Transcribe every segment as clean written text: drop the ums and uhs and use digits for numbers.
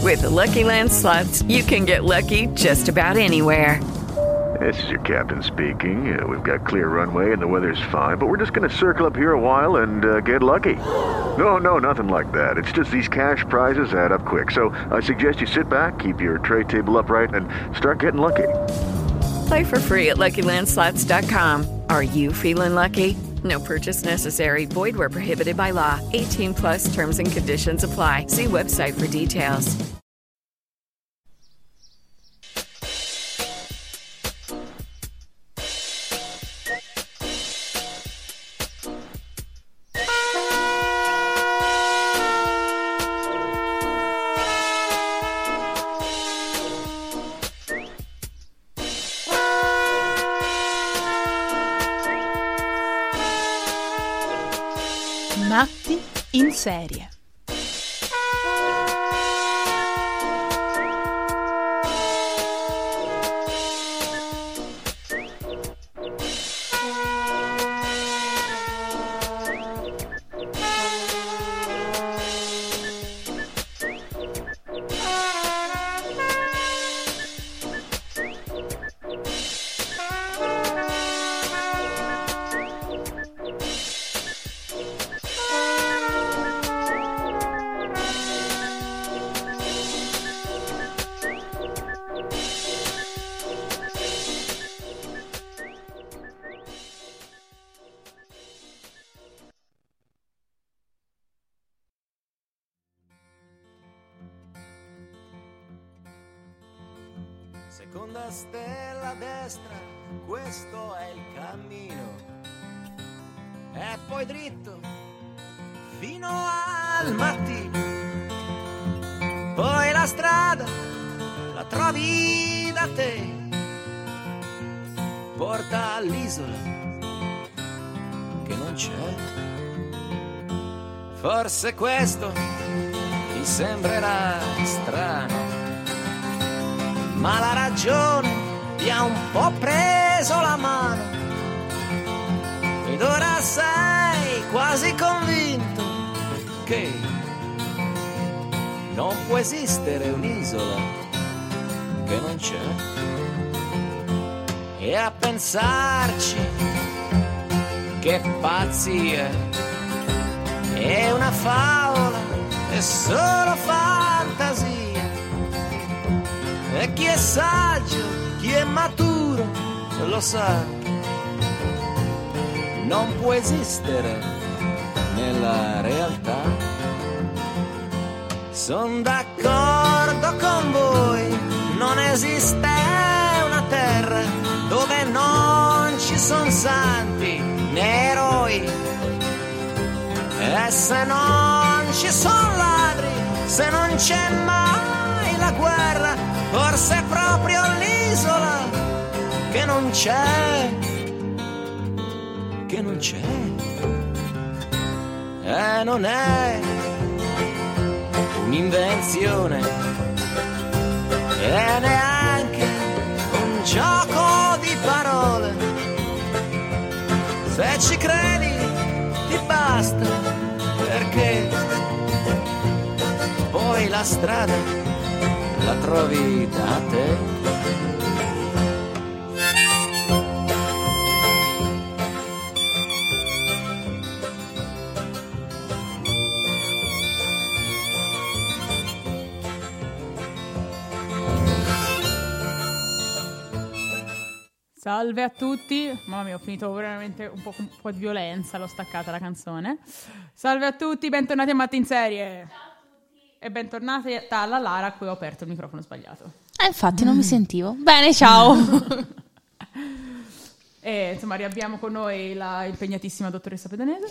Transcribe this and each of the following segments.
With the Lucky Land Slots, you can get lucky just about anywhere. This is your captain speaking. We've got clear runway and the weather's fine, but we're just going to circle up here a while and get lucky. No, nothing like that. It's just these cash prizes add up quick. So I suggest you sit back, keep your tray table upright, and start getting lucky. Play for free at LuckyLandSlots.com. Are you feeling lucky? No purchase necessary. Void where prohibited by law. 18 plus terms and conditions apply. See website for details. Matti in serie. Seconda stella a destra, questo è il cammino. E poi dritto fino al mattino. Poi la strada la trovi da te, porta all'isola che non c'è. Forse questo ti sembrerà strano, ma la ragione ti ha un po' preso la mano ed ora sei quasi convinto che non può esistere un'isola che non c'è. E a pensarci, che pazzia, è una favola, è solo fantasia. E chi è saggio, chi è maturo, lo sa, non può esistere nella realtà. Son d'accordo con voi, non esiste una terra dove non ci son santi né eroi. E se non ci son ladri, se non c'è mai la guerra, forse è proprio l'isola che non c'è, che non c'è. E non è un'invenzione e neanche un gioco di parole. Se ci credi ti basta, perché poi la strada la trovi da te. Salve a tutti, mamma mia, ho finito veramente un po' di violenza, l'ho staccata la canzone. Salve a tutti, bentornati a Matti in serie. Ciao a tutti. E bentornati dalla Lara, a cui ho aperto il microfono sbagliato. Infatti non mi sentivo. Bene, ciao. E insomma riabbiamo con noi la impegnatissima dottoressa Pedanese.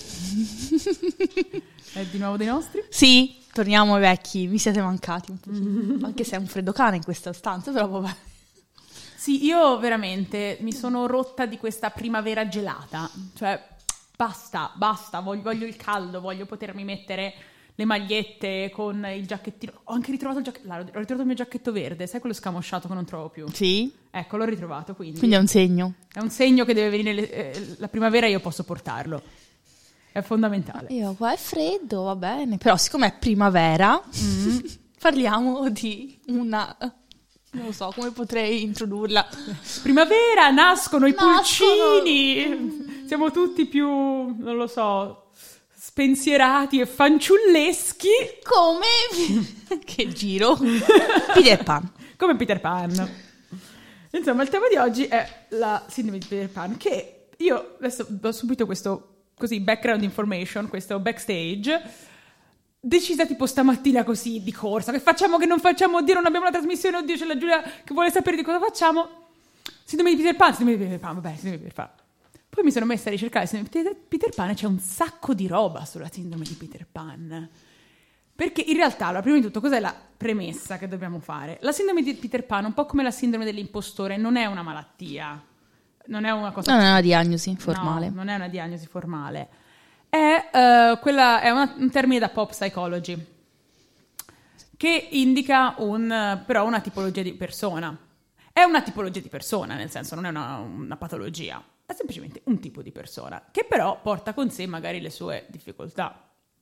È di nuovo dei nostri? Sì, torniamo ai vecchi, mi siete mancati un po'. Anche se è un freddo cane in questa stanza, però vabbè. Sì, io veramente mi sono rotta di questa primavera gelata, cioè basta, voglio il caldo, voglio potermi mettere le magliette con il giacchettino. Ho anche ritrovato ho ritrovato il mio giacchetto verde, sai quello scamosciato che non trovo più? Sì. Ecco, l'ho ritrovato, quindi è un segno. È un segno che deve venire la primavera e io posso portarlo. È fondamentale. Io qua è freddo, va bene, però siccome è primavera... Parliamo di una... non lo so, come potrei introdurla. Primavera, nascono i pulcini. Siamo tutti più, non lo so, spensierati e fanciulleschi. Come? Che giro. Peter Pan. Come Peter Pan. Insomma, il tema di oggi è la sindrome di Peter Pan, che io adesso do subito questo così background information, questo backstage, decisa tipo stamattina così di corsa, che facciamo, che non facciamo, oddio non abbiamo la trasmissione, oddio c'è la Giulia che vuole sapere di cosa facciamo. Sindrome di Peter Pan, vabbè, sindrome di Peter Pan. Poi mi sono messa a ricercare la sindrome di Peter Pan e c'è un sacco di roba sulla sindrome di Peter Pan. Perché in realtà, allora, prima di tutto, cos'è la premessa che dobbiamo fare? La sindrome di Peter Pan, un po' come la sindrome dell'impostore, non è una malattia, non è una cosa... Non è una diagnosi formale. No, non è una diagnosi formale. È un termine da pop psychology che indica però una tipologia di persona. È una tipologia di persona, nel senso non è una patologia, è semplicemente un tipo di persona che però porta con sé magari le sue difficoltà.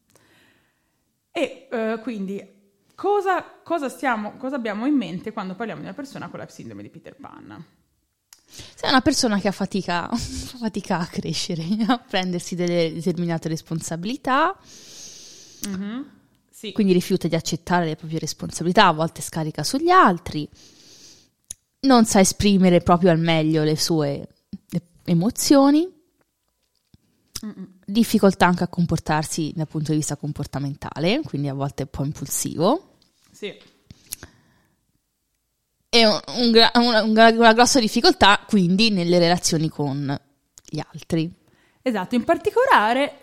E quindi cosa abbiamo in mente quando parliamo di una persona con la sindrome di Peter Pan? Sei una persona che fa fatica a crescere, a prendersi delle determinate responsabilità, sì. Quindi rifiuta di accettare le proprie responsabilità, a volte scarica sugli altri, non sa esprimere proprio al meglio le sue emozioni, difficoltà anche a comportarsi dal punto di vista comportamentale, quindi a volte è un po' impulsivo. Sì. E una grossa difficoltà quindi nelle relazioni con gli altri. Esatto, in particolare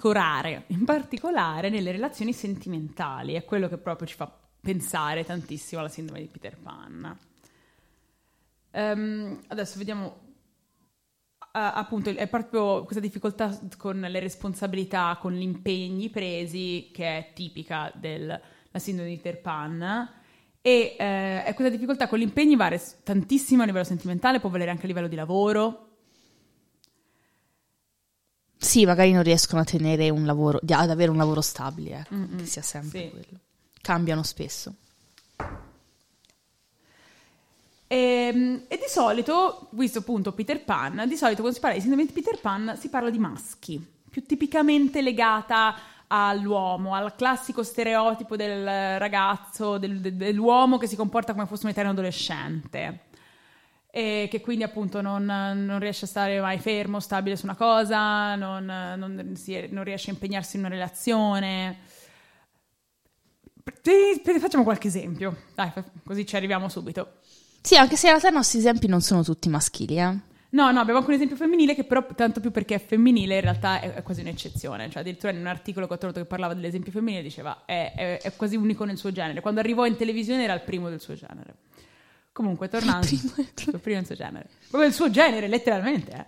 nelle relazioni sentimentali, è quello che proprio ci fa pensare tantissimo alla sindrome di Peter Pan. Adesso vediamo, appunto, è proprio questa difficoltà con le responsabilità, con gli impegni presi, che è tipica della sindrome di Peter Pan. E questa difficoltà con gli impegni varia tantissimo a livello sentimentale, può valere anche a livello di lavoro. Sì, magari non riescono a tenere un lavoro, ad avere un lavoro stabile, che sia sempre quello. Cambiano spesso. E di solito, visto appunto Peter Pan, di solito quando si parla di sindrome di Peter Pan si parla di maschi, più tipicamente legata all'uomo, al classico stereotipo del ragazzo, dell'uomo che si comporta come fosse un eterno adolescente e che quindi appunto non riesce a stare mai fermo, stabile su una cosa, non riesce a impegnarsi in una relazione. Facciamo qualche esempio, dai, così ci arriviamo subito. Sì, anche se in realtà i nostri esempi non sono tutti maschili, No, abbiamo anche un esempio femminile che però, tanto più perché è femminile, in realtà è quasi un'eccezione. Cioè, addirittura in un articolo che ho trovato che parlava dell'esempio femminile diceva è quasi unico nel suo genere. Quando arrivò in televisione era il primo del suo genere. Comunque, tornando... Il primo del suo genere. Proprio il suo genere, letteralmente.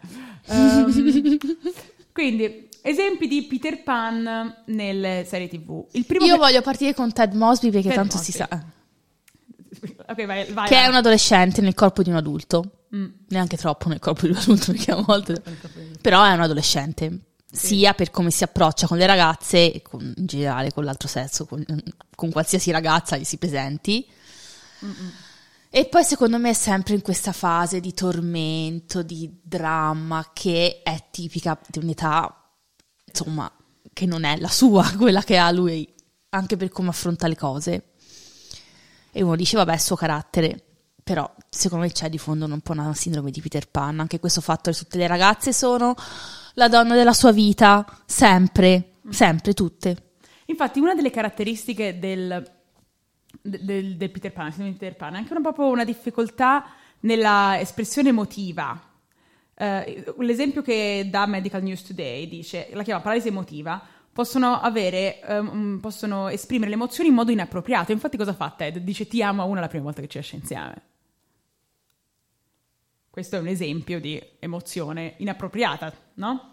Quindi, esempi di Peter Pan nelle serie TV. Io voglio partire con Ted Mosby perché Ted tanto Mosby. si sa... Ok, vai. Che è un adolescente nel corpo di un adulto. Neanche troppo nel corpo di un adulto, perché a volte... Però è un adolescente. Sì. Sia per come si approccia con le ragazze, e in generale con l'altro sesso, con qualsiasi ragazza gli si presenti. E poi secondo me è sempre in questa fase di tormento, di dramma, che è tipica di un'età, insomma, che non è la sua, quella che ha lui, anche per come affronta le cose. E uno dice, vabbè, è il suo carattere, però secondo me c'è di fondo un po' una sindrome di Peter Pan, anche questo fatto che tutte le ragazze sono la donna della sua vita, sempre, tutte. Infatti una delle caratteristiche del Peter Pan, sindrome di Peter Pan, è anche proprio una difficoltà nella espressione emotiva. L'esempio che dà Medical News Today dice, la chiama paralisi emotiva, possono esprimere le emozioni in modo inappropriato. Infatti cosa fa Ted? Dice ti amo a una la prima volta che ci esce insieme. Questo è un esempio di emozione inappropriata, no?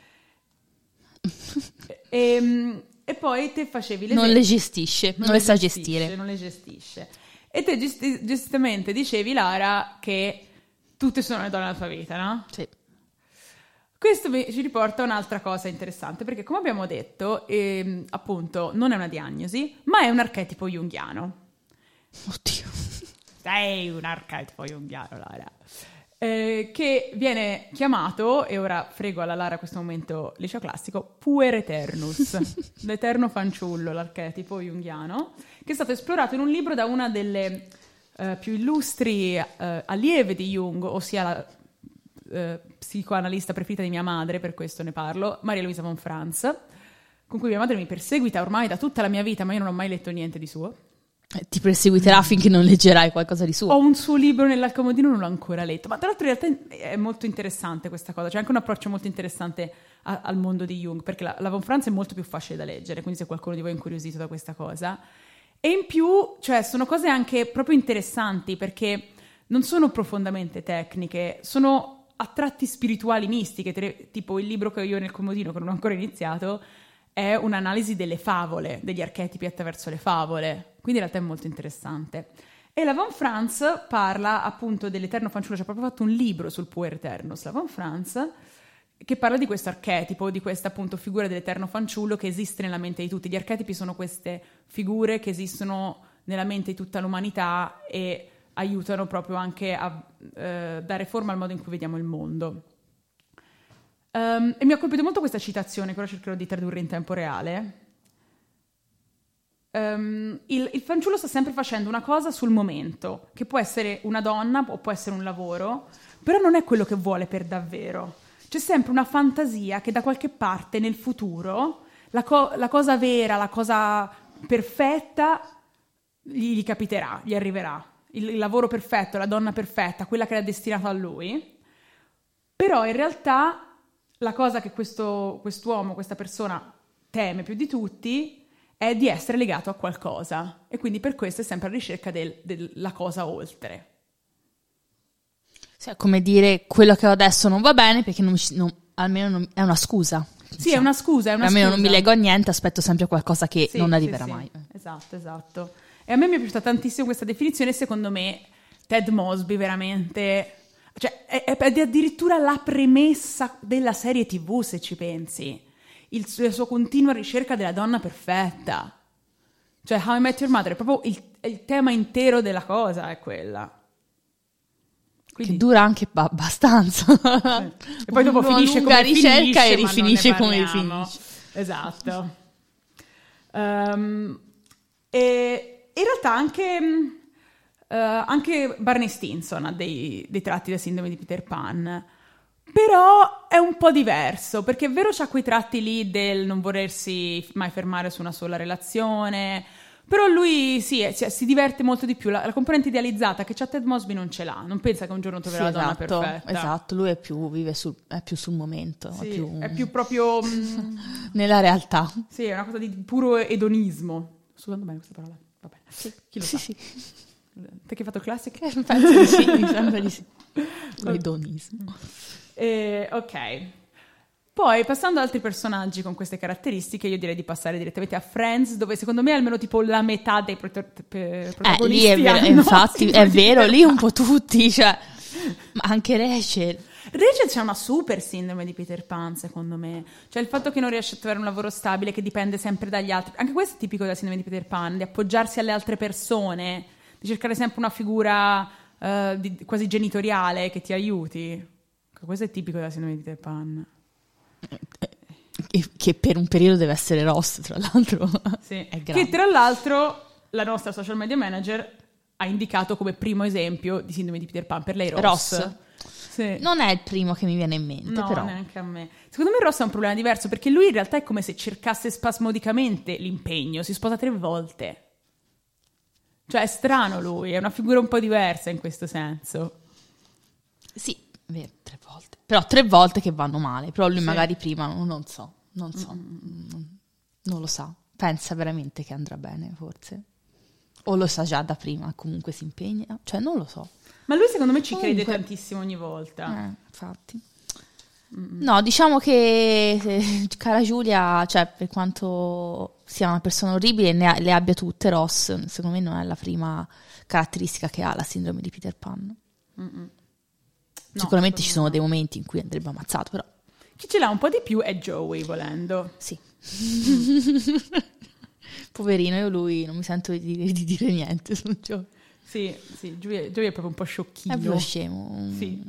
E poi te facevi l'esempio... Non le gestisce, non le sa gestire. Non le gestisce. E te giustamente dicevi, Lara, che tutte sono le donne della tua vita, no? Sì. Questo ci riporta a un'altra cosa interessante, perché come abbiamo detto, appunto, non è una diagnosi, ma è un archetipo junghiano. Oddio. Sei un archetipo junghiano, Lara. Che viene chiamato, e ora frego alla Lara a questo momento liceo classico, puer eternus, l'eterno fanciullo, l'archetipo junghiano, che è stato esplorato in un libro da una delle più illustri allieve di Jung, ossia la psicoanalista preferita di mia madre, per questo ne parlo, Maria Luisa von Franz, con cui mia madre mi perseguita ormai da tutta la mia vita, ma io non ho mai letto niente di suo. Ti perseguiterà finché non leggerai qualcosa di suo. Ho un suo libro nell'alcomodino, non l'ho ancora letto, ma tra l'altro in realtà è molto interessante questa cosa, c'è anche un approccio molto interessante al mondo di Jung, perché la von Franz è molto più facile da leggere, quindi se qualcuno di voi è incuriosito da questa cosa. E in più, cioè, sono cose anche proprio interessanti, perché non sono profondamente tecniche, sono a tratti spirituali mistiche, tipo il libro che ho io nel comodino, che non ho ancora iniziato, è un'analisi delle favole, degli archetipi attraverso le favole, quindi in realtà è molto interessante. E la von Franz parla appunto dell'eterno fanciullo, ci ha proprio fatto un libro sul puer eternus, la von Franz, che parla di questo archetipo, di questa appunto figura dell'eterno fanciullo che esiste nella mente di tutti. Gli archetipi sono queste figure che esistono nella mente di tutta l'umanità e aiutano proprio anche a dare forma al modo in cui vediamo il mondo. E mi ha colpito molto questa citazione, che ora cercherò di tradurre in tempo reale. Il fanciullo sta sempre facendo una cosa sul momento, che può essere una donna o può essere un lavoro, però non è quello che vuole per davvero. C'è sempre una fantasia che da qualche parte nel futuro la cosa vera, la cosa perfetta gli capiterà, gli arriverà. Il lavoro perfetto, la donna perfetta, quella che era destinata a lui. Però in realtà la cosa che quest'uomo, questa persona teme più di tutti è di essere legato a qualcosa, e quindi per questo è sempre alla ricerca della cosa oltre. Cioè, come dire, quello che ho adesso non va bene perché almeno è una scusa. Sì, è una scusa, Almeno non mi leggo a niente, aspetto sempre a qualcosa che non arriverà mai. Esatto. E a me mi è piaciuta tantissimo questa definizione, secondo me Ted Mosby veramente... Cioè, è addirittura la premessa della serie TV, se ci pensi. La sua continua ricerca della donna perfetta. Cioè, How I Met Your Mother è proprio il tema intero della cosa, è quella. Quindi, che dura anche abbastanza. Sì. E poi dopo finisce come ricerca finisce, e rifinisce come finisce. Esatto. E in realtà anche Barney Stinson ha dei tratti da sindrome di Peter Pan, però è un po' diverso, perché è vero c'ha quei tratti lì del non volersi mai fermare su una sola relazione, però lui si diverte molto di più, la componente idealizzata che c'ha Ted Mosby non ce l'ha, non pensa che un giorno troverà la donna perfetta. Esatto, lui è più sul momento, sì, è più proprio nella realtà. Sì, è una cosa di puro edonismo. Sto usando bene questa parola? Va bene. Sì. Chi lo sa? Sì. Te che hai fatto classiche? Penso di sì, mi sembra di sì. L'edonismo. Ok. Poi, passando ad altri personaggi con queste caratteristiche, io direi di passare direttamente a Friends, dove secondo me almeno tipo la metà dei protagonisti lì è vero, infatti, è vero, lì un po' tutti, cioè, ma anche Rachel. Rachel c'ha una super sindrome di Peter Pan, secondo me. Cioè il fatto che non riesce a trovare un lavoro stabile, che dipende sempre dagli altri. Anche questo è tipico della sindrome di Peter Pan, di appoggiarsi alle altre persone, di cercare sempre una figura quasi genitoriale che ti aiuti. Questo è tipico della sindrome di Peter Pan. Che per un periodo deve essere Ross, tra l'altro. Sì. È grande. Che tra l'altro la nostra social media manager ha indicato come primo esempio di sindrome di Peter Pan per lei Ross. Sì. Non è il primo che mi viene in mente, no, però. Neanche a me. Secondo me Ross ha un problema diverso, perché lui in realtà è come se cercasse spasmodicamente l'impegno, si sposa 3 volte. Cioè è strano lui, è una figura un po' diversa in questo senso. Sì, vero, 3 volte. Però 3 volte che vanno male, però lui magari prima non so, non lo sa. Pensa veramente che andrà bene, forse. O lo sa già da prima, comunque si impegna, cioè non lo so. Ma lui secondo me ci crede tantissimo ogni volta. Infatti. No, diciamo che cara Giulia, cioè per quanto sia una persona orribile le abbia tutte, Ross secondo me non è la prima caratteristica che ha la sindrome di Peter Pan. No, sicuramente ci sono dei momenti in cui andrebbe ammazzato, però Chi ce l'ha un po' di più è Joey, volendo. Sì. Poverino, io lui non mi sento di dire niente su Joey. Sì, Joey è proprio un po' sciocchino. È proprio scemo. Sì.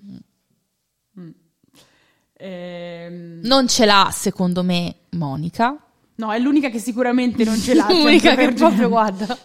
Non ce l'ha, secondo me, Monica. No, è l'unica che sicuramente non ce l'ha. L'unica che proprio, guarda.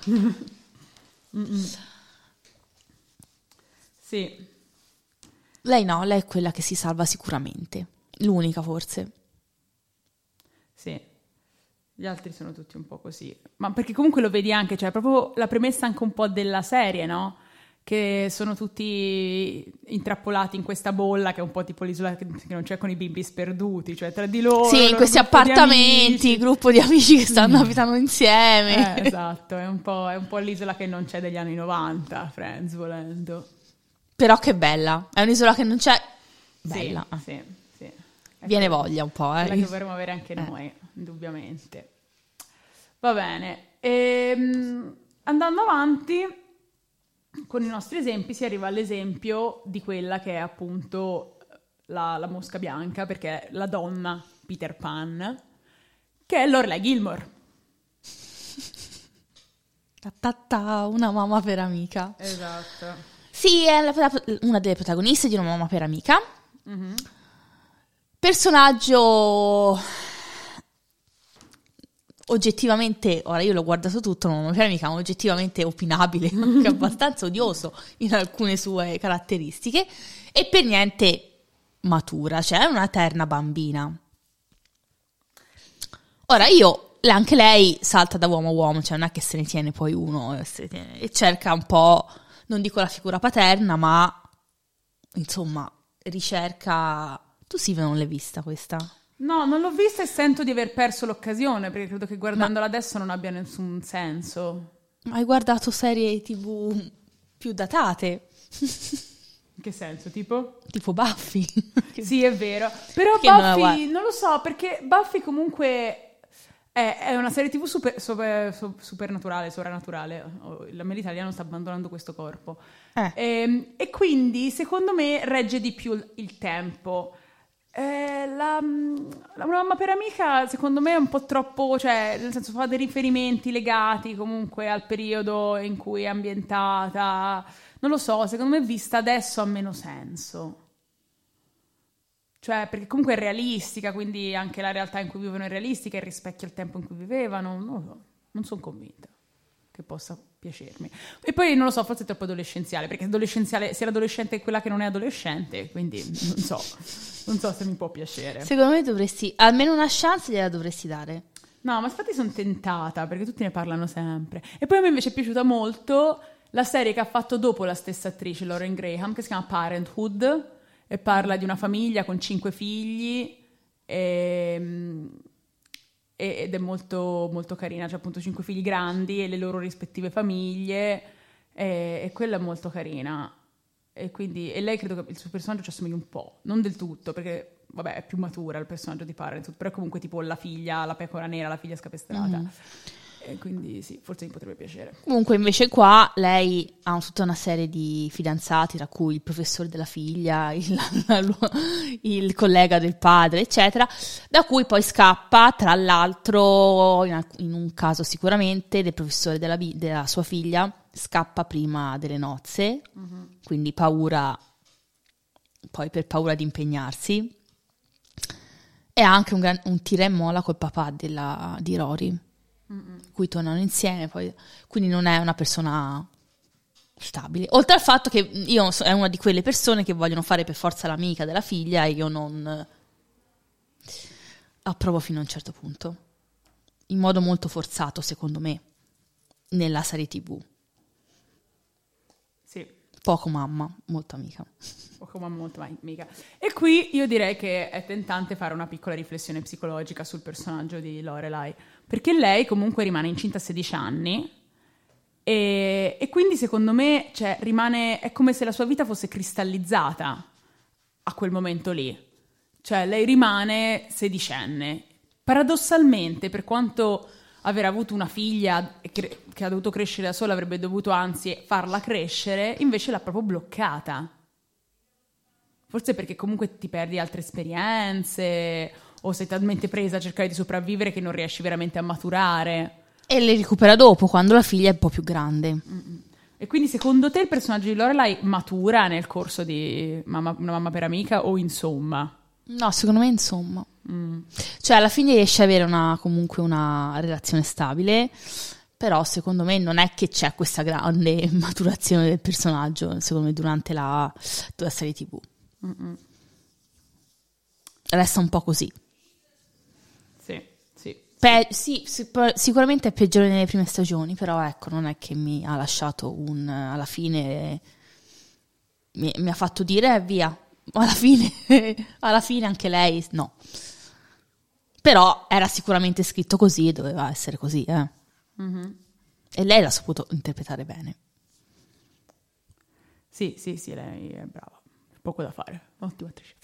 Sì. Lei no, lei è quella che si salva sicuramente. L'unica, forse. Sì. Gli altri sono tutti un po' così. Ma perché comunque lo vedi anche, cioè proprio la premessa anche un po' della serie, no? Che sono tutti intrappolati in questa bolla che è un po' tipo l'isola che non c'è con i bimbi sperduti, cioè tra di loro. Sì, in questi appartamenti, gruppo di amici che stanno abitando insieme. Esatto, è un po' l'isola che non c'è degli anni 90, Friends, volendo. Però che bella, è un'isola che non c'è. Bella. Sì. Viene voglia un po', Quella che vorremmo avere anche noi, indubbiamente. Va bene. Andando avanti con i nostri esempi si arriva all'esempio di quella che è appunto la mosca bianca, perché è la donna Peter Pan, che è Lorelai Gilmore. Una mamma per amica. Esatto. Sì, è una delle protagoniste di Una mamma per amica. Mm-hmm. Personaggio oggettivamente, ora io l'ho guardato tutto, Una mamma per amica, ma oggettivamente opinabile, anche abbastanza odioso in alcune sue caratteristiche, e per niente matura, cioè è una terna bambina. Ora anche lei salta da uomo a uomo, cioè non è che se ne tiene poi uno, e cerca un po', non dico la figura paterna, ma insomma ricerca. Tu Silvia non l'hai vista questa? No, non l'ho vista e sento di aver perso l'occasione, perché credo che guardandola adesso non abbia nessun senso. Ma hai guardato serie TV più datate? In che senso, tipo? Tipo Buffy. Sì, è vero. Però che Buffy, non lo so, perché Buffy comunque è una serie TV supernaturale, sovrannaturale. La me l'italiano sta abbandonando questo corpo. E quindi, secondo me, regge di più il tempo. La mamma per amica secondo me è un po' troppo, cioè nel senso fa dei riferimenti legati comunque al periodo in cui è ambientata, non lo so, secondo me vista adesso ha meno senso, cioè perché comunque è realistica, quindi anche la realtà in cui vivono è realistica e rispecchia il tempo in cui vivevano, non lo so, non sono convinta che possa piacermi. E poi non lo so, forse è troppo adolescenziale, perché adolescenziale, sia l'adolescente è quella che non è adolescente, quindi non so se mi può piacere. Secondo me dovresti, almeno una chance gliela dovresti dare. No, ma infatti sono tentata, perché tutti ne parlano sempre. E poi a me invece è piaciuta molto la serie che ha fatto dopo la stessa attrice, Lauren Graham, che si chiama Parenthood, e parla di una famiglia con 5 figli, ed è molto, molto carina, c'è appunto 5 figli grandi e le loro rispettive famiglie, e quella è molto carina, e lei credo che il suo personaggio ci assomigli un po', non del tutto, perché vabbè è più matura il personaggio di Parenthood, però è comunque tipo la figlia, la pecora nera, la figlia scapestrata. E quindi sì, forse mi potrebbe piacere. Comunque invece qua lei ha tutta una serie di fidanzati, tra cui il professore della figlia, il collega del padre, eccetera, da cui poi scappa, tra l'altro, in un caso sicuramente, del professore della sua figlia, scappa prima delle nozze, quindi paura, poi per paura di impegnarsi, e ha anche un tira e molla col papà di Rory, cui tornano insieme, poi, quindi non è una persona stabile, oltre al fatto che è una di quelle persone che vogliono fare per forza l'amica della figlia, e io non approvo fino a un certo punto, in modo molto forzato secondo me nella serie TV. Sì. Poco mamma, molto amica. Poco mamma, molto amica. E qui io direi che è tentante fare una piccola riflessione psicologica sul personaggio di Lorelai, perché lei comunque rimane incinta a 16 anni e quindi secondo me è come se la sua vita fosse cristallizzata a quel momento lì. Cioè lei rimane sedicenne. Paradossalmente, per quanto aver avuto una figlia che ha dovuto crescere da sola, avrebbe dovuto anzi farla crescere, invece l'ha proprio bloccata. Forse perché comunque ti perdi altre esperienze o sei talmente presa a cercare di sopravvivere che non riesci veramente a maturare. E le recupera dopo, quando la figlia è un po' più grande. E quindi secondo te il personaggio di Lorelai matura nel corso di Una mamma per amica o insomma? No, secondo me insomma. Cioè alla fine riesce ad avere comunque una relazione stabile, però secondo me non è che c'è questa grande maturazione del personaggio, secondo me durante la serie TV. Resta un po' così. Sì, sicuramente è peggiore nelle prime stagioni, però ecco, non è che mi ha lasciato alla fine mi ha fatto dire via. Alla fine anche lei no. Però era sicuramente scritto così e doveva essere così, E lei l'ha saputo interpretare bene. Sì, lei è brava, poco da fare, ottima attrice.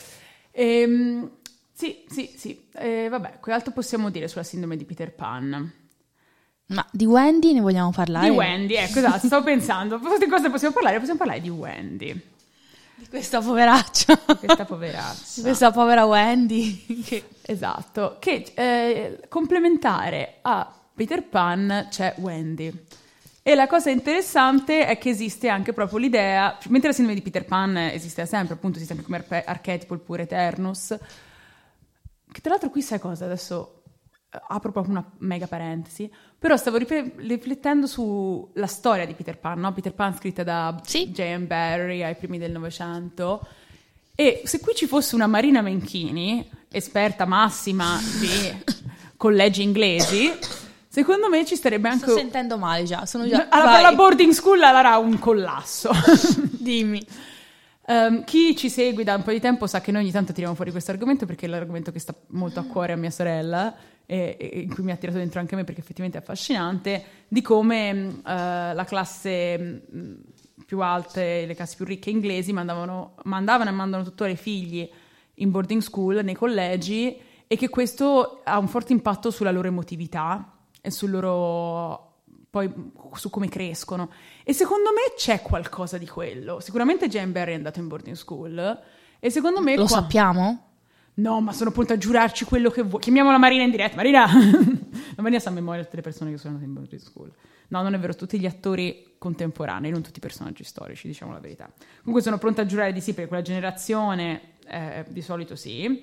Sì. Vabbè, che altro possiamo dire sulla sindrome di Peter Pan? Ma di Wendy ne vogliamo parlare? Di Wendy, ecco, esatto, stavo pensando. Di cosa possiamo parlare? Possiamo parlare di Wendy. Di questa poveraccia. Di questa povera Wendy. Esatto, che complementare a Peter Pan c'è Wendy. E la cosa interessante è che esiste anche proprio l'idea, mentre la sindrome di Peter Pan esiste sempre, appunto esiste anche come archetipo il pure Eternus, che tra l'altro qui sai cosa, adesso apro proprio una mega parentesi, però stavo riflettendo sulla storia di Peter Pan, no? Peter Pan scritta da J.M. Barrie ai primi del Novecento, e se qui ci fosse una Marina Menchini, esperta massima di collegi inglesi, secondo me ci starebbe anche... Sto sentendo male già, sono già... alla boarding school era un collasso. Dimmi. Chi ci segue da un po' di tempo sa che noi ogni tanto tiriamo fuori questo argomento perché è l'argomento che sta molto a cuore a mia sorella e in cui mi ha tirato dentro anche me perché effettivamente è affascinante, di come la classe più alte, le classi più ricche inglesi mandavano e mandano tuttora i figli in boarding school, nei collegi, e che questo ha un forte impatto sulla loro emotività e sul loro... poi su come crescono, e secondo me c'è qualcosa di quello. Sicuramente J.M. Barrie è andato in boarding school e secondo me... Lo sappiamo? No, ma sono pronta a giurarci quello che vuoi. Chiamiamo la Marina in diretta. Marina! La Marina sa a memoria tutte le persone che sono andate in boarding school. No, non è vero, tutti gli attori contemporanei, non tutti i personaggi storici, diciamo la verità. Comunque sono pronta a giurare di sì, perché quella generazione di solito sì.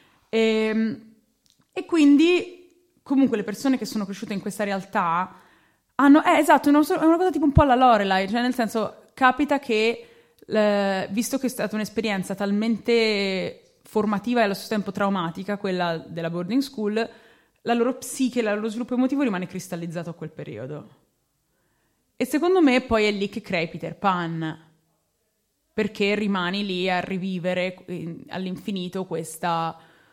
E quindi comunque le persone che sono cresciute in questa realtà esatto, è una cosa tipo un po' alla Lorelai, cioè nel senso capita che visto che è stata un'esperienza talmente formativa e allo stesso tempo traumatica, quella della boarding school, la loro psiche, il loro sviluppo emotivo rimane cristallizzato a quel periodo. E secondo me poi è lì che crei Peter Pan, perché rimani lì a rivivere all'infinito questa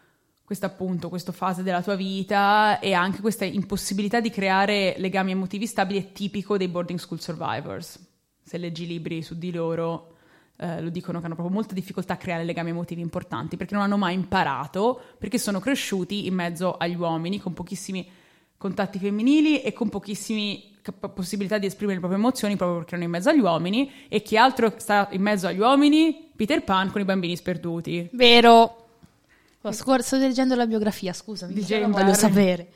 fase della tua vita, e anche questa impossibilità di creare legami emotivi stabili è tipico dei boarding school survivors. Se leggi libri su di loro lo dicono che hanno proprio molta difficoltà a creare legami emotivi importanti perché non hanno mai imparato, perché sono cresciuti in mezzo agli uomini con pochissimi contatti femminili e con pochissime possibilità di esprimere le proprie emozioni proprio perché erano in mezzo agli uomini. E chi altro sta in mezzo agli uomini? Peter Pan con i bambini sperduti. Vero. Sto leggendo la biografia, scusami, non voglio sapere.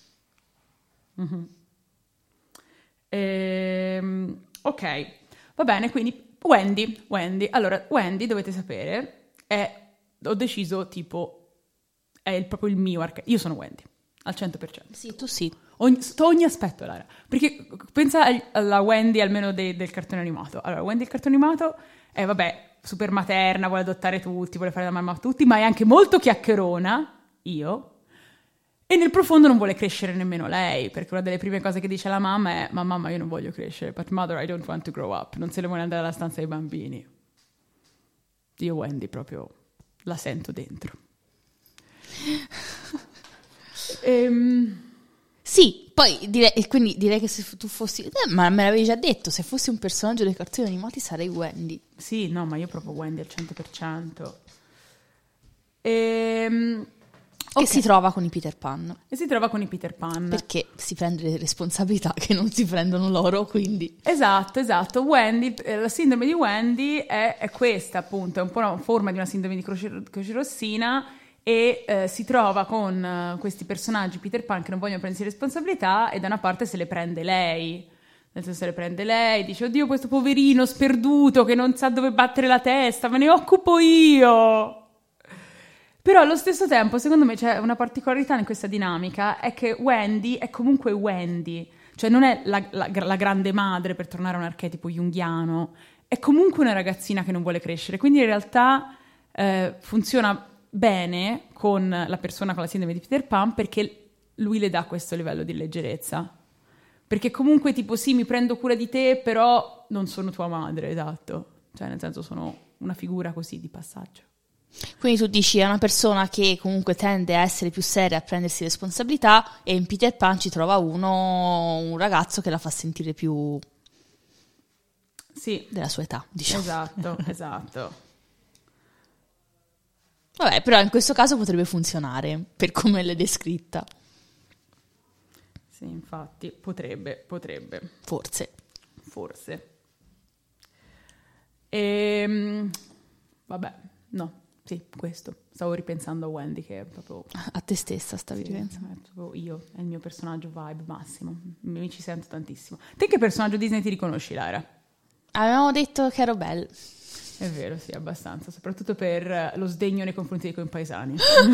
Ok, va bene, quindi Wendy. Allora, Wendy, dovete sapere, ho deciso, tipo, è proprio il mio archetipo. Io sono Wendy, al 100%. Sì, tu sì. Ogni aspetto, Lara. Perché pensa alla Wendy almeno del cartone animato. Allora, Wendy il cartone animato è, vabbè, super materna, vuole adottare tutti, vuole fare da mamma a tutti, ma è anche molto chiacchierona, e nel profondo non vuole crescere nemmeno lei, perché una delle prime cose che dice alla mamma è: ma mamma, io non voglio crescere, but mother, I don't want to grow up. Non se ne vuole andare alla stanza dei bambini. Io Wendy proprio la sento dentro. Sì, poi direi che se tu fossi... ma me l'avevi già detto, se fossi un personaggio dei cartoni animati sarei Wendy. Sì, no, ma io proprio Wendy al 100%. Che si trova con i Peter Pan. E si trova con i Peter Pan. Perché si prende le responsabilità che non si prendono loro, quindi... Esatto. Wendy, la sindrome di Wendy è questa, appunto, è un po' una forma di una sindrome di croce rossina, e si trova con questi personaggi Peter Pan che non vogliono prendersi responsabilità, e da una parte se le prende lei. Nel senso, se le prende lei, dice: oddio, questo poverino sperduto che non sa dove battere la testa, me ne occupo io. Però allo stesso tempo, secondo me, c'è una particolarità in questa dinamica, è che Wendy è comunque Wendy, cioè non è la grande madre, per tornare a un archetipo junghiano, è comunque una ragazzina che non vuole crescere, quindi in realtà funziona bene con la persona con la sindrome di Peter Pan, perché lui le dà questo livello di leggerezza. Perché comunque tipo sì, mi prendo cura di te, però non sono tua madre, esatto. Cioè nel senso, sono una figura così di passaggio. Quindi tu dici è una persona che comunque tende a essere più seria, a prendersi responsabilità, e in Peter Pan ci trova un ragazzo che la fa sentire più sì, della sua età, diciamo. Esatto. Vabbè, però in questo caso potrebbe funzionare, per come l'hai descritta. Sì, infatti, potrebbe. Forse. Vabbè, no. Sì, questo. Stavo ripensando a Wendy, che è proprio... A te stessa stavi ripensando. È proprio io, è il mio personaggio vibe massimo. Mi ci sento tantissimo. Te che personaggio Disney ti riconosci, Lara? Avevamo detto che ero bella. È vero, sì, abbastanza. Soprattutto per lo sdegno nei confronti dei compaesani.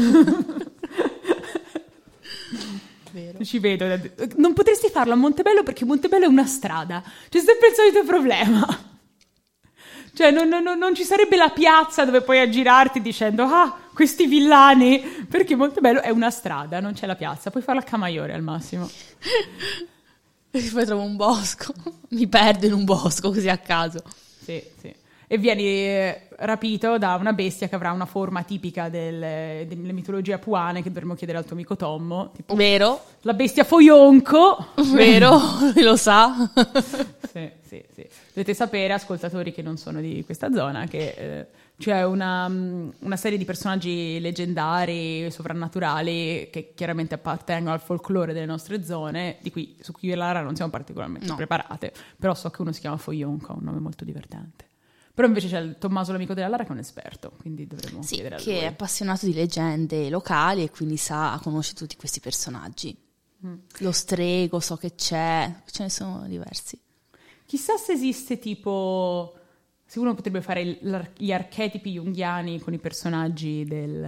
Vero. Ci vedo. Non potresti farlo a Montebello, perché Montebello è una strada. C'è sempre il solito problema. Cioè non ci sarebbe la piazza dove puoi aggirarti dicendo questi villani, perché Montebello è una strada, non c'è la piazza, puoi farla a Camaiore al massimo. E poi trovo un bosco, mi perdo in un bosco così a caso. Sì. E vieni rapito da una bestia che avrà una forma tipica delle mitologie apuane, che dovremmo chiedere al tuo amico Tommo. Tipo, vero? La bestia foionco. Vero, lo sa. Sì. Dovete sapere, ascoltatori che non sono di questa zona, che c'è una serie di personaggi leggendari, sovrannaturali, che chiaramente appartengono al folklore delle nostre zone, su cui io e Lara non siamo particolarmente preparate, però so che uno si chiama Foionco, ha un nome molto divertente. Però invece c'è il Tommaso, l'amico della Lara, che è un esperto, quindi dovremmo chiedere a lui. Che è appassionato di leggende locali e quindi conosce tutti questi personaggi. Lo strego, so che ce ne sono diversi. Chissà se esiste tipo... Se uno potrebbe fare gli archetipi junghiani con i personaggi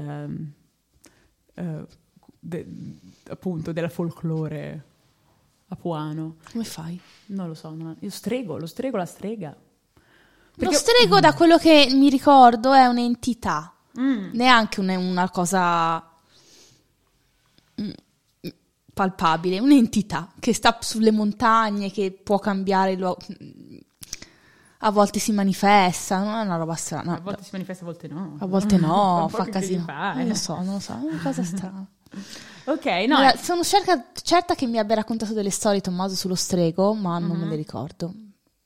appunto della folklore apuano. Come fai? Non lo so. Lo strego, la strega. Perché... Lo strego, da quello che mi ricordo, è un'entità. Neanche una cosa palpabile, un'entità che sta sulle montagne, che può cambiare a volte si manifesta, non è una roba strana. A volte si manifesta, a volte no. A volte no, fa casino. Non lo so, è una cosa strana. Ok, no. Allora, sono certa che mi abbia raccontato delle storie Tommaso sullo strego, ma non me le ricordo.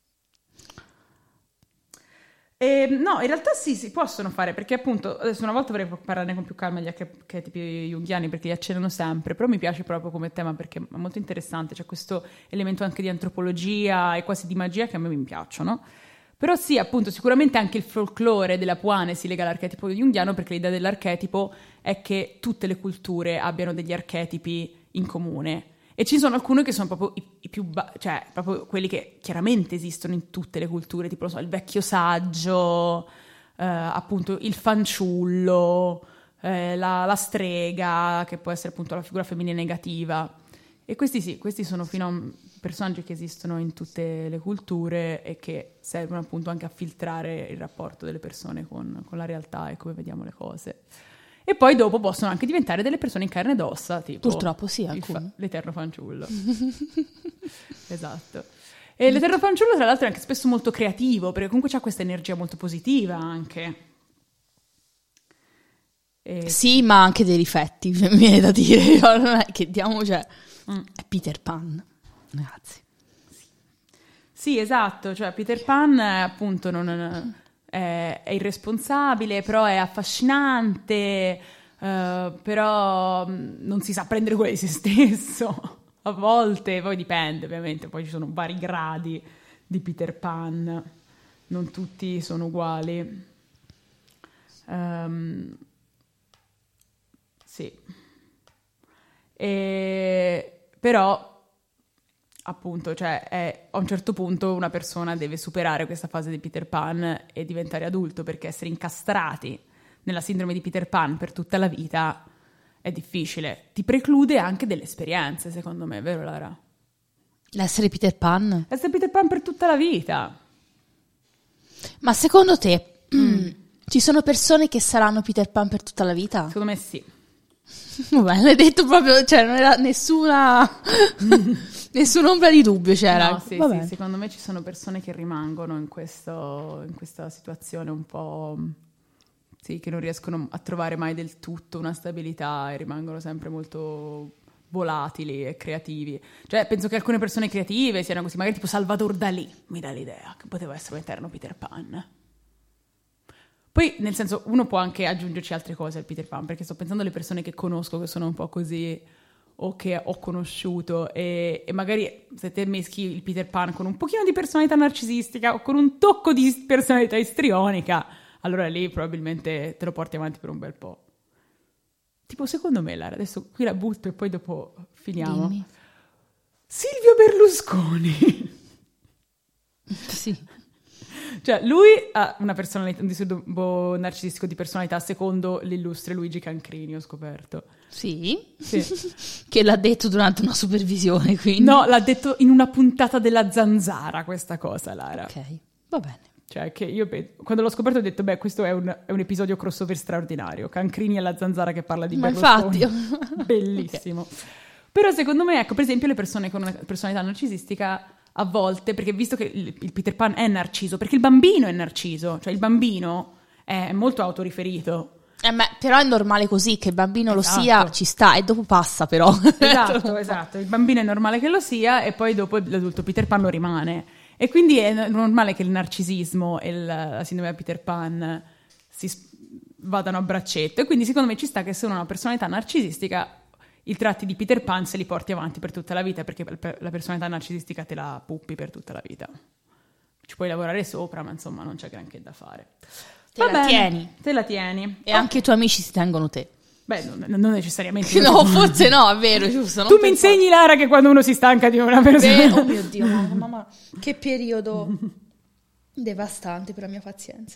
No, in realtà sì, si possono fare, perché appunto adesso una volta vorrei parlarne con più calma degli archetipi junghiani, perché li accennano sempre, però mi piace proprio come tema perché è molto interessante, c'è questo elemento anche di antropologia e quasi di magia che a me mi piacciono. Però sì, appunto, sicuramente anche il folklore della Puane si lega all'archetipo junghiano, perché l'idea dell'archetipo è che tutte le culture abbiano degli archetipi in comune. E ci sono alcuni che sono proprio i più... cioè, proprio quelli che chiaramente esistono in tutte le culture, tipo, non so, il vecchio saggio, appunto il fanciullo, la strega, che può essere appunto la figura femminile negativa. E questi sono fino a personaggi che esistono in tutte le culture e che servono appunto anche a filtrare il rapporto delle persone con la realtà e come vediamo le cose. E poi dopo possono anche diventare delle persone in carne ed ossa, tipo... Purtroppo sì, alcuni. L'eterno fanciullo. Esatto. E l'eterno fanciullo, tra l'altro, è anche spesso molto creativo, perché comunque c'ha questa energia molto positiva anche. Sì, ma anche dei difetti, mi viene da dire. Non è che diamo, cioè... È Peter Pan, ragazzi. Sì, esatto. Cioè, Peter Pan, appunto, non... È irresponsabile, però è affascinante, però non si sa prendere cura di se stesso a volte, poi dipende ovviamente, poi ci sono vari gradi di Peter Pan, non tutti sono uguali. Sì, però appunto, cioè a un certo punto una persona deve superare questa fase di Peter Pan e diventare adulto, perché essere incastrati nella sindrome di Peter Pan per tutta la vita è difficile, ti preclude anche delle esperienze, secondo me, vero Lara? L'essere Peter Pan? Essere Peter Pan per tutta la vita. Ma secondo te ci sono persone che saranno Peter Pan per tutta la vita? Secondo me sì. Vabbè, l'hai detto proprio, cioè non era nessun'ombra di dubbio c'era. No, sì, secondo me ci sono persone che rimangono in questa situazione un po', sì, che non riescono a trovare mai del tutto una stabilità e rimangono sempre molto volatili e creativi. Cioè, penso che alcune persone creative siano così, magari tipo Salvador Dalì, mi dà l'idea che poteva essere un eterno Peter Pan. Poi, nel senso, uno può anche aggiungerci altre cose al Peter Pan, perché sto pensando alle persone che conosco che sono un po' così, o che ho conosciuto, e magari se te meschi il Peter Pan con un pochino di personalità narcisistica o con un tocco di personalità istrionica, allora lì probabilmente te lo porti avanti per un bel po'. Tipo, secondo me, Lara, adesso qui la butto e poi dopo finiamo. Dimmi. Silvio Berlusconi. Sì. Cioè, lui ha una personalità, un disturbo narcisistico di personalità, secondo l'illustre Luigi Cancrini, ho scoperto. Sì? Sì. Che l'ha detto durante una supervisione, quindi. No, l'ha detto in una puntata della Zanzara, questa cosa, Lara. Ok, va bene. Cioè, che io quando l'ho scoperto ho detto, beh, questo è un episodio crossover straordinario. Cancrini e la Zanzara che parla di Berlusconi. Infatti. Bellissimo. Okay. Però secondo me, ecco, per esempio, le persone con una personalità narcisistica a volte, perché visto che il Peter Pan è narciso, perché il bambino è narciso, cioè il bambino è molto autoriferito. Però è normale così, che il bambino Esatto. lo sia, ci sta, e dopo passa però. Esatto, il bambino è normale che lo sia e poi dopo l'adulto Peter Pan lo rimane. E quindi è normale che il narcisismo e la sindrome di Peter Pan vadano a braccetto. E quindi secondo me ci sta che se uno ha una personalità narcisistica, i tratti di Peter Pan se li porti avanti per tutta la vita, perché la personalità narcisistica te la puppi per tutta la vita. Ci puoi lavorare sopra, ma insomma non c'è granché da fare. Te la tieni. E anche i tuoi amici si tengono te. Beh, non necessariamente. No, forse no, è vero, giusto. Tu mi insegni, Lara, che quando uno si stanca di una persona... Oh mio Dio, mamma, che periodo devastante per la mia pazienza.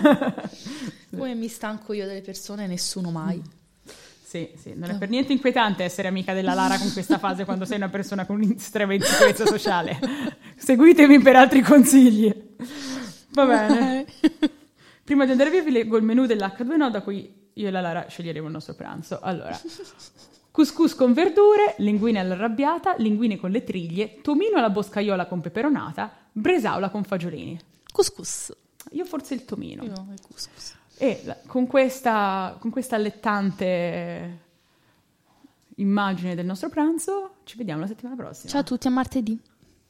Come mi stanco io delle persone, nessuno mai. Sì, non è per niente inquietante essere amica della Lara con questa fase quando sei una persona con un'estrema insicurezza sociale. Seguitemi per altri consigli. Va bene. Prima di andare via vi leggo il menù dell'H2No da cui io e la Lara sceglieremo il nostro pranzo. Allora, couscous con verdure, linguine all'arrabbiata, linguine con le triglie, tomino alla boscaiola con peperonata, bresaola con fagiolini. Couscous. Io forse il tomino. Io il couscous. E con questa allettante immagine del nostro pranzo ci vediamo la settimana prossima. Ciao a tutti, a martedì.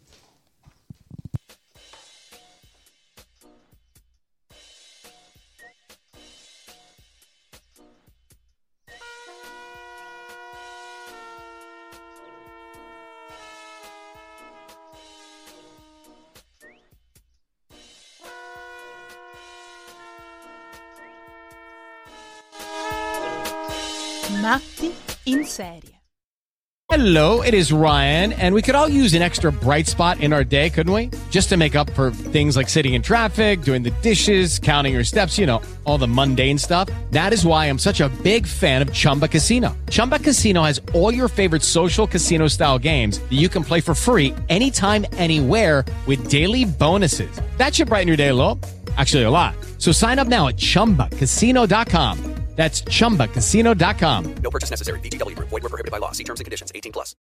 Matti in serie. Hello, it is Ryan, and we could all use an extra bright spot in our day, couldn't we? Just to make up for things like sitting in traffic, doing the dishes, counting your steps, you know, all the mundane stuff. That is why I'm such a big fan of Chumba Casino. Chumba Casino has all your favorite social casino-style games that you can play for free anytime, anywhere with daily bonuses. That should brighten your day a little. Actually, a lot. So sign up now at ChumbaCasino.com. That's ChumbaCasino.com. No purchase necessary. VGW Group. Void where prohibited by law. See terms and conditions. 18+.